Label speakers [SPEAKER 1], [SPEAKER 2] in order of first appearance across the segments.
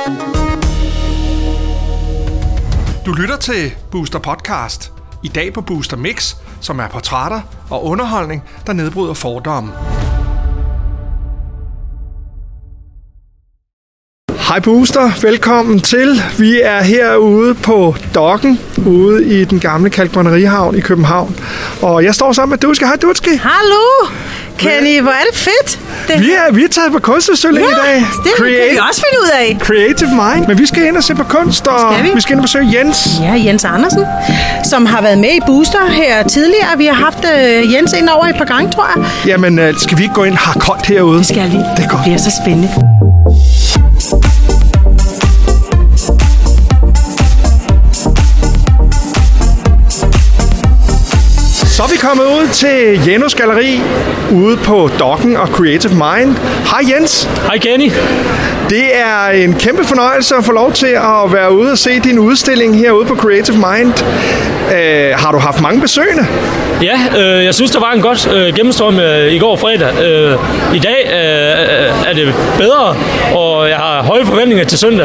[SPEAKER 1] Du lytter til Booster Podcast. I dag på Booster Mix, som er portrætter og underholdning, der nedbryder fordomme. Hej Booster, velkommen til. Vi er herude på Dokken, ude i den gamle kalkbrænderihavn i København. Og jeg står sammen med Dutski. Hej Dutski.
[SPEAKER 2] Hallo Kenny, hvor er det fedt.
[SPEAKER 1] Vi er taget på kunstudstilling i dag.
[SPEAKER 2] Det kan vi også finde ud af.
[SPEAKER 1] Creative Mind. Men vi skal ind og se på kunst, og vi skal ind og besøge Jens.
[SPEAKER 2] Ja, Jens Andersen, som har været med i Booster her tidligere. Vi har haft Jens ind over et par gange, tror jeg.
[SPEAKER 1] Jamen, skal vi ikke gå ind og have koldt herude?
[SPEAKER 2] Det skal vi.
[SPEAKER 1] Det er godt.
[SPEAKER 2] Det bliver så spændende.
[SPEAKER 1] Så er vi kommet ud til Jennos Galleri ude på Dokken og Creative Mind. Hej Jens.
[SPEAKER 3] Hej Kenny.
[SPEAKER 1] Det er en kæmpe fornøjelse at få lov til at være ude og se din udstilling herude på Creative Mind. Har du haft mange besøgende?
[SPEAKER 3] Ja, jeg synes, der var en godt gennemstrøm i går fredag. I dag er det bedre, og jeg har høje forventninger til søndag.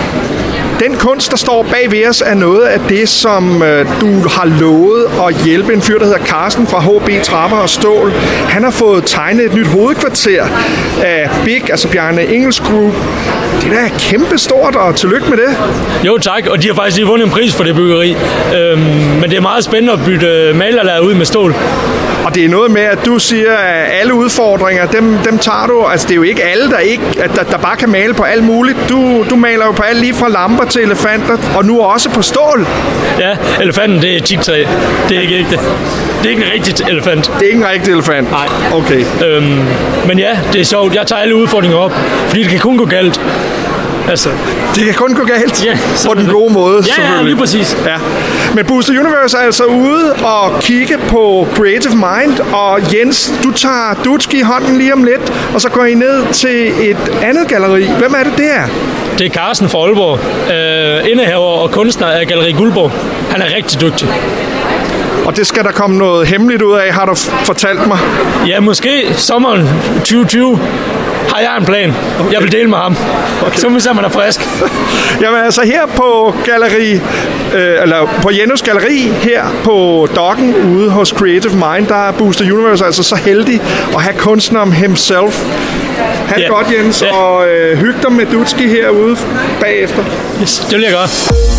[SPEAKER 1] Den kunst, der står bag ved os, er noget af det, som du har lovet at hjælpe en fyr, der hedder Carsten fra HB Trapper og Stål. Han har fået tegnet et nyt hovedkvarter af Big, altså Bjarne Engels Group. Det er da kæmpe stort, og tillykke med det.
[SPEAKER 3] Jo tak, og de har faktisk lige vundet en pris for det byggeri. Men det er meget spændende at bytte malerlaget ud med stål.
[SPEAKER 1] Og det er noget med, at du siger, at alle udfordringer, dem tager du. Altså, det er jo ikke alle, der bare kan male på alt muligt. Du maler jo på alt lige fra lamper til elefanter, og nu også på stål.
[SPEAKER 3] Ja, elefanten, det er teaktræ. Det er ikke ægte. Det er ikke en rigtig elefant.
[SPEAKER 1] Det er ikke en rigtig elefant?
[SPEAKER 3] Nej.
[SPEAKER 1] Okay.
[SPEAKER 3] Men ja, det er sjovt. Jeg tager alle udfordringer op, fordi det kan kun gå galt. Altså.
[SPEAKER 1] Det kan kun gå galt,
[SPEAKER 3] ja,
[SPEAKER 1] på den gode måde, selvfølgelig.
[SPEAKER 3] Ja, lige præcis.
[SPEAKER 1] Ja. Men Booster Universe er altså ude og kigge på Creative Mind, og Jens, du tager Dutski i hånden lige om lidt, og så går I ned til et andet galleri. Hvem er det der?
[SPEAKER 3] Det er Carsten fra Aalborg, indehaver og kunstner af Galleri Guldborg. Han er rigtig dygtig.
[SPEAKER 1] Og det skal der komme noget hemmeligt ud af, har du fortalt mig?
[SPEAKER 3] Ja, måske sommeren 2020 har jeg en plan. Okay. Jeg vil dele med ham. Okay. Så hvis man er frisk.
[SPEAKER 1] Jamen altså her på galleri, på Jennos Galleri her på Dokken ude hos Creative Mind, der er Booster Universe altså så heldig at have kunstneren himself. Ha' det godt, Jens, og hygge dig med Dutski herude bagefter.
[SPEAKER 3] Yes, det vil jeg gøre.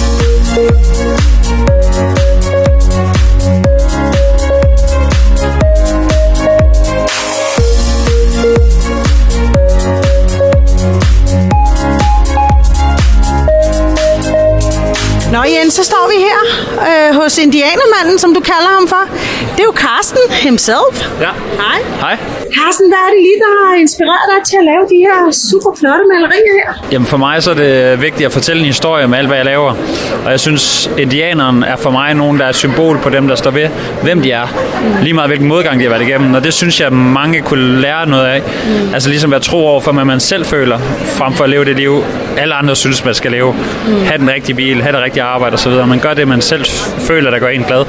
[SPEAKER 2] Nå Jens, så står vi her hos indianermanden, som du kalder ham for. Det er jo Carsten himself.
[SPEAKER 3] Ja.
[SPEAKER 2] Hej.
[SPEAKER 3] Hej.
[SPEAKER 2] Carsten, hvad er det lige, der har inspireret dig til at lave de her super flotte malerier her?
[SPEAKER 4] Jamen for mig så er det vigtigt at fortælle en historie med alt, hvad jeg laver. Og jeg synes, indianeren er for mig nogen, der er et symbol på dem, der står ved, hvem de er. Lige meget hvilken modgang de har været igennem. Og det synes jeg, mange kunne lære noget af. Altså ligesom være tro over for, hvad man selv føler, frem for at leve det liv, alle andre synes, man skal leve. Ha' den rigtige bil, ha' det rigtige arbejde osv. Man gør det, man selv føler, der gør en glad.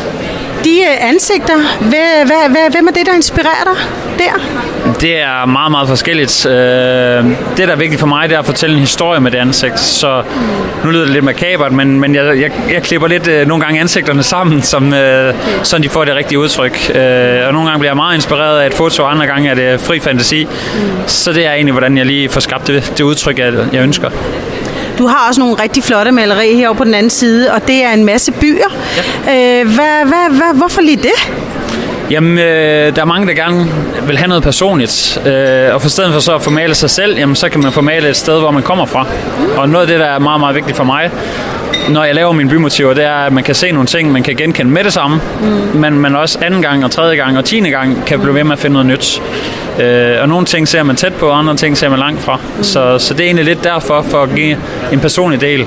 [SPEAKER 2] De ansigter, hvem er det, der inspirerer dig der?
[SPEAKER 4] Det er meget, meget forskelligt. Det, der er vigtigt for mig, det er at fortælle en historie med det ansigt. Så nu lyder det lidt makabert, men jeg klipper lidt nogle gange ansigterne sammen, så de får det rigtige udtryk. Og nogle gange bliver jeg meget inspireret af et foto, og andre gange er det fri fantasi. Så det er egentlig, hvordan jeg lige får skabt det udtryk, jeg ønsker.
[SPEAKER 2] Du har også nogle rigtig flotte malerier herovre på den anden side, og det er en masse byer. Ja. Hvorfor lige det?
[SPEAKER 4] Jamen, der er mange, der gerne vil have noget personligt. Og for stedet for så at formale sig selv, jamen, så kan man formale et sted, hvor man kommer fra. Og noget af det, der er meget, meget vigtigt for mig, når jeg laver mine bymotiver, det er, at man kan se nogle ting, man kan genkende med det samme, men man også anden gang og tredje gang og 10. gang kan blive ved med at finde noget nyt. Og nogle ting ser man tæt på, og andre ting ser man langt fra. Så det er egentlig lidt derfor, for at give en personlig del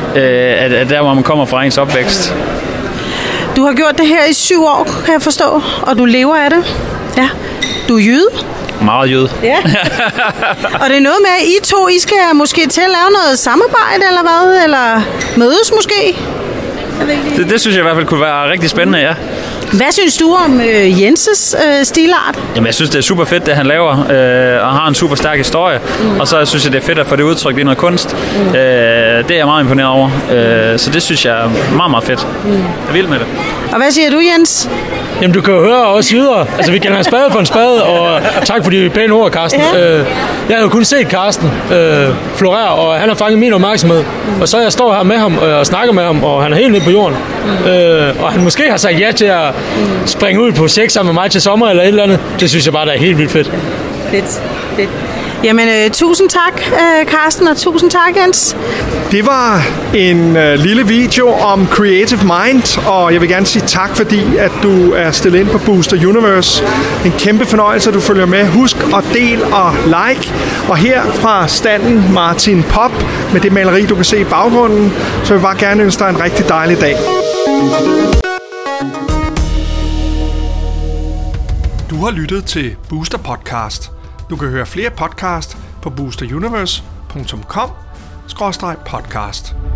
[SPEAKER 4] af der, hvor man kommer fra ens opvækst.
[SPEAKER 2] Du har gjort det her i 7 år, kan jeg forstå, og du lever af det. Ja. Du er jyde.
[SPEAKER 4] Meget jyde.
[SPEAKER 2] Ja. Og det er noget med, at I skal måske til at lave noget samarbejde, eller hvad? Eller mødes måske?
[SPEAKER 4] Det synes jeg i hvert fald kunne være rigtig spændende, ja.
[SPEAKER 2] Hvad synes du om Jenses stilart?
[SPEAKER 4] Jamen, jeg synes, det er super fedt, det han laver, og har en super stærk historie. Og så synes jeg, det er fedt at få det udtrykt i noget kunst. Det er jeg meget imponeret over. Så det synes jeg er meget, meget fedt. Jeg er vild med det.
[SPEAKER 2] Og hvad siger du, Jens?
[SPEAKER 3] Jamen, du kan jo høre os videre. Altså, vi kalder en spade for en spade, og tak for de pæne ord, Carsten.
[SPEAKER 2] Ja.
[SPEAKER 3] Jeg har jo kun set Carsten florere, og han har fanget min opmærksomhed. Og så jeg står her med ham og snakker med ham, og han er helt nede på jorden. Og han måske har sagt ja til at springe ud på sex sammen med mig til sommer eller et eller andet. Det synes jeg bare, der er helt vildt fedt.
[SPEAKER 2] Fedt. Jamen, tusind tak, Carsten, og tusind tak, Jens.
[SPEAKER 1] Det var en lille video om Creative Mind, og jeg vil gerne sige tak, fordi at du er stillet ind på Booster Universe. En kæmpe fornøjelse, at du følger med. Husk at del og like. Og her fra standen Martin Pop, med det maleri, du kan se i baggrunden, så vil jeg bare gerne ønske dig en rigtig dejlig dag. Du har lyttet til Booster Podcast. Du kan høre flere podcast på boosteruniverse.com/podcast.